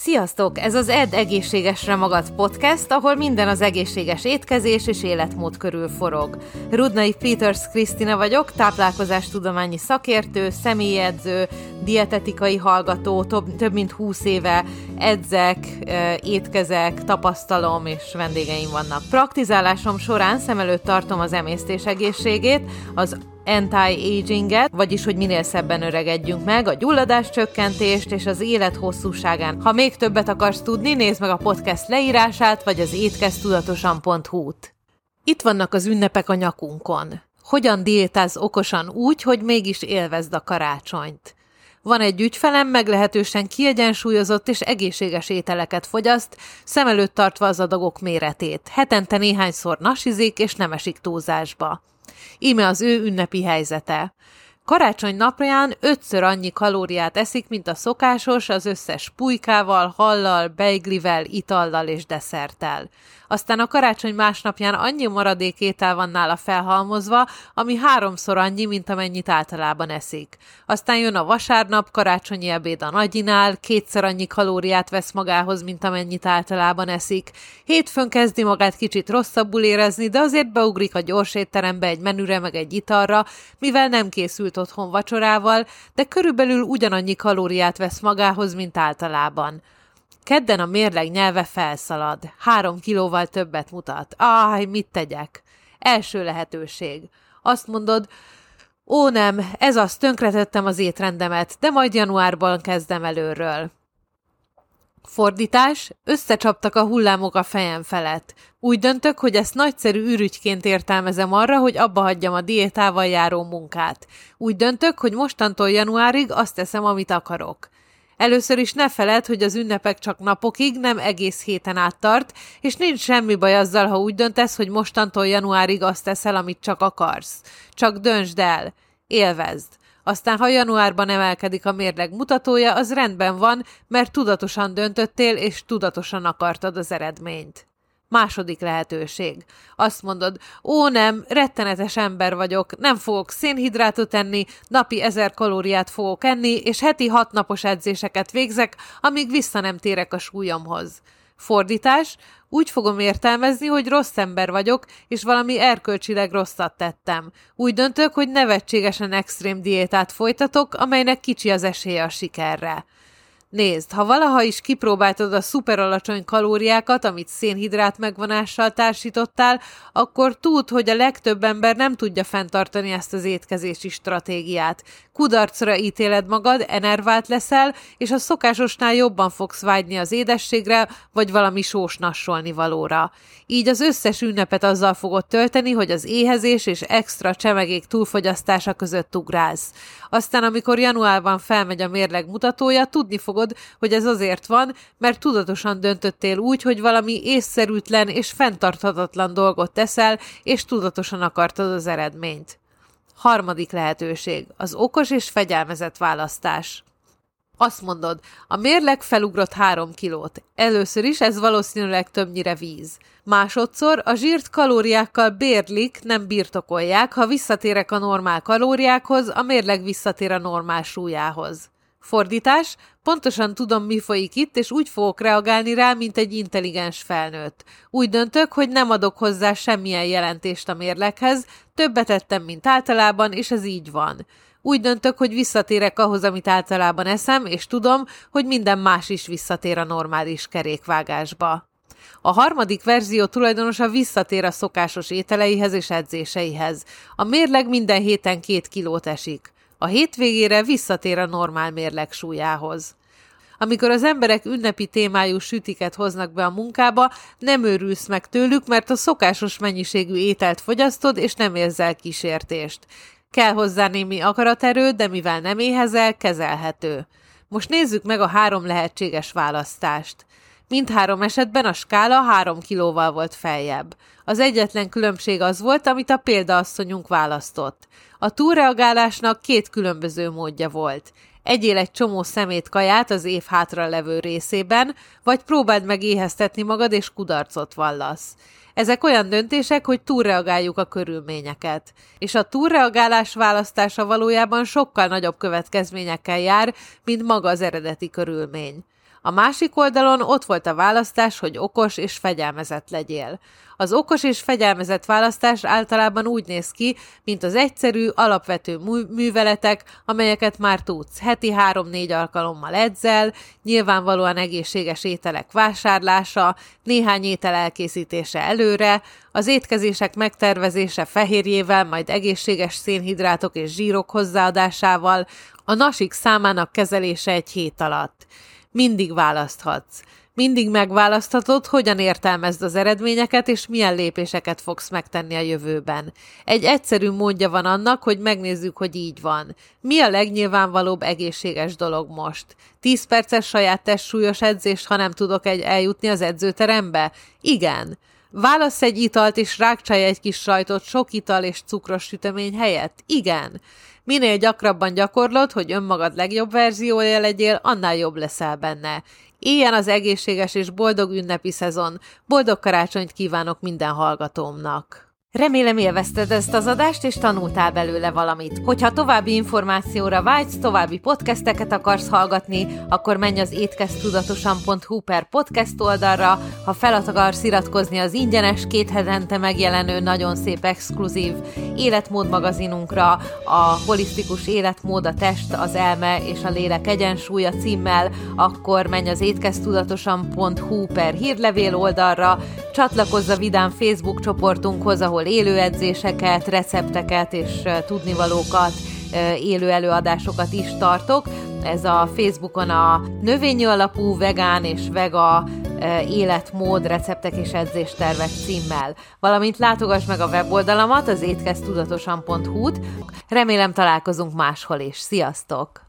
Sziasztok! Ez az Edd egészségesre magad podcast, ahol minden az egészséges étkezés és életmód körül forog. Rudnai Peters Krisztina vagyok, táplálkozástudományi szakértő, személyedző, dietetikai hallgató, több mint 20 éve edzek, étkezek, tapasztalom és vendégeim vannak. Praktizálásom során szem előtt tartom az emésztés egészségét, az anti-aginget, vagyis hogy minél szebben öregedjünk meg, a gyulladáscsökkentést és az élet hosszúságán. Ha még többet akarsz tudni, nézd meg a podcast leírását, vagy az étkeztudatosan.hu-t. Itt vannak az ünnepek a nyakunkon. Hogyan diétáz okosan úgy, hogy mégis élvezd a karácsonyt? Van egy ügyfelem, meglehetősen kiegyensúlyozott és egészséges ételeket fogyaszt, szem előtt tartva az adagok méretét. Hetente néhányszor nasizik és nem esik túlzásba. Íme az ő ünnepi helyzete. Karácsony napján 5-ször annyi kalóriát eszik, mint a szokásos, az összes pulykával, hallal, beiglivel, itallal és desszerttel. Aztán a karácsony másnapján annyi maradék étel van nála felhalmozva, ami 3-szor annyi, mint amennyit általában eszik. Aztán jön a vasárnap, karácsonyi ebéd a nagyinál, 2-szer annyi kalóriát vesz magához, mint amennyit általában eszik. Hétfőn kezdi magát kicsit rosszabbul érezni, de azért beugrik a gyors étterembe egy menüre meg egy italra, mivel nem készült otthon vacsorával, de körülbelül ugyanannyi kalóriát vesz magához, mint általában. Kedden a mérleg nyelve felszalad. 3 kilóval többet mutat. Mit tegyek? Első lehetőség. Azt mondod, ó nem, ez az, tönkretettem az étrendemet, de majd januárban kezdem előről. Fordítás, összecsaptak a hullámok a fejem felett. Úgy döntök, hogy ezt nagyszerű ürügyként értelmezem arra, hogy abba hagyjam a diétával járó munkát. Úgy döntök, hogy mostantól januárig azt teszem, amit akarok. Először is ne feledd, hogy az ünnepek csak napokig, nem egész héten át tart, és nincs semmi baj azzal, ha úgy döntesz, hogy mostantól januárig azt teszel, amit csak akarsz. Csak döntsd el, élvezd. Aztán, ha januárban emelkedik a mérleg mutatója, az rendben van, mert tudatosan döntöttél, és tudatosan akartad az eredményt. Második lehetőség. Azt mondod, ó nem, rettenetes ember vagyok, nem fogok szénhidrátot enni, napi 1000 kalóriát fogok enni, és heti 6 napos edzéseket végzek, amíg vissza nem térek a súlyomhoz. Fordítás, úgy fogom értelmezni, hogy rossz ember vagyok, és valami erkölcsileg rosszat tettem. Úgy döntök, hogy nevetségesen extrém diétát folytatok, amelynek kicsi az esélye a sikerre. Nézd, ha valaha is kipróbáltad a szuper alacsony kalóriákat, amit szénhidrát megvonással társítottál, akkor tudd, hogy a legtöbb ember nem tudja fenntartani ezt az étkezési stratégiát. Kudarcra ítéled magad, enervált leszel, és a szokásosnál jobban fogsz vágyni az édességre, vagy valami sós nassolni valóra. Így az összes ünnepet azzal fogod tölteni, hogy az éhezés és extra csemegék túlfogyasztása között ugrálsz. Aztán, amikor januárban felmegy a mérleg mutatója, tudni fogod, hogy ez azért van, mert tudatosan döntöttél úgy, hogy valami észszerűtlen és fenntarthatatlan dolgot teszel, és tudatosan akartad az eredményt. Harmadik lehetőség, az okos és fegyelmezett választás. Azt mondod, a mérleg felugrott 3 kilót. Először is ez valószínűleg többnyire víz. Másodszor a zsírt kalóriákkal bérlik, nem birtokolják, ha visszatérek a normál kalóriákhoz, a mérleg visszatér a normál súlyához. Fordítás, pontosan tudom, mi folyik itt, és úgy fogok reagálni rá, mint egy intelligens felnőtt. Úgy döntök, hogy nem adok hozzá semmilyen jelentést a mérleghez, többet ettem, mint általában, és ez így van. Úgy döntök, hogy visszatérek ahhoz, amit általában eszem, és tudom, hogy minden más is visszatér a normális kerékvágásba. A harmadik verzió tulajdonosa visszatér a szokásos ételeihez és edzéseihez. A mérleg minden héten 2 kilót esik. A hétvégére visszatér a normál mérleg súlyához. Amikor az emberek ünnepi témájú sütiket hoznak be a munkába, nem őrülsz meg tőlük, mert a szokásos mennyiségű ételt fogyasztod, és nem érzel kísértést. Kell hozzá némi akaraterő, de mivel nem éhezel, kezelhető. Most nézzük meg a 3 lehetséges választást. Mindhárom esetben a skála 3 kilóval volt feljebb. Az egyetlen különbség az volt, amit a példaasszonyunk választott. A túlreagálásnak 2 különböző módja volt. Egyél egy csomó szemétkaját az év hátra levő részében, vagy próbáld meg éheztetni magad, és kudarcot vallasz. Ezek olyan döntések, hogy túlreagáljuk a körülményeket. És a túlreagálás választása valójában sokkal nagyobb következményekkel jár, mint maga az eredeti körülmény. A másik oldalon ott volt a választás, hogy okos és fegyelmezett legyél. Az okos és fegyelmezett választás általában úgy néz ki, mint az egyszerű, alapvető műveletek, amelyeket már tudsz. Heti 3-4 alkalommal edzel, nyilvánvalóan egészséges ételek vásárlása, néhány étel elkészítése előre, az étkezések megtervezése fehérjével, majd egészséges szénhidrátok és zsírok hozzáadásával, a nasik számának kezelése egy hét alatt. Mindig választhatsz. Mindig megválaszthatod, hogyan értelmezd az eredményeket, és milyen lépéseket fogsz megtenni a jövőben. Egy egyszerű módja van annak, hogy megnézzük, hogy így van. Mi a legnyilvánvalóbb egészséges dolog most? 10 perces saját testsúlyos edzés, ha nem tudok eljutni az edzőterembe? Igen. Válassz egy italt, és rákcsálj egy kis sajtot sok ital és cukros sütemény helyett? Igen. Minél gyakrabban gyakorlod, hogy önmagad legjobb verziója legyél, annál jobb leszel benne. Éljen az egészséges és boldog ünnepi szezon. Boldog karácsonyt kívánok minden hallgatómnak! Remélem élvezted ezt az adást, és tanultál belőle valamit. Hogyha további információra vágysz, további podcasteket akarsz hallgatni, akkor menj az étkezdtudatosan.hu/podcast oldalra, ha fel akarsz iratkozni az ingyenes, 2 hetente megjelenő, nagyon szép exkluzív életmód magazinunkra, a holisztikus életmód, a test, az elme és a lélek egyensúlya címmel, akkor menj az étkezdtudatosan.hu/hírlevél oldalra, csatlakozz a vidám Facebook csoportunkhoz, ahol élő edzéseket, recepteket és tudnivalókat, élő előadásokat is tartok. Ez a Facebookon a növényi alapú vegán és vega életmód, receptek és edzéstervek címmel. Valamint látogass meg a weboldalamat, az étkezdtudatosan.hu-t. Remélem találkozunk máshol is. Sziasztok!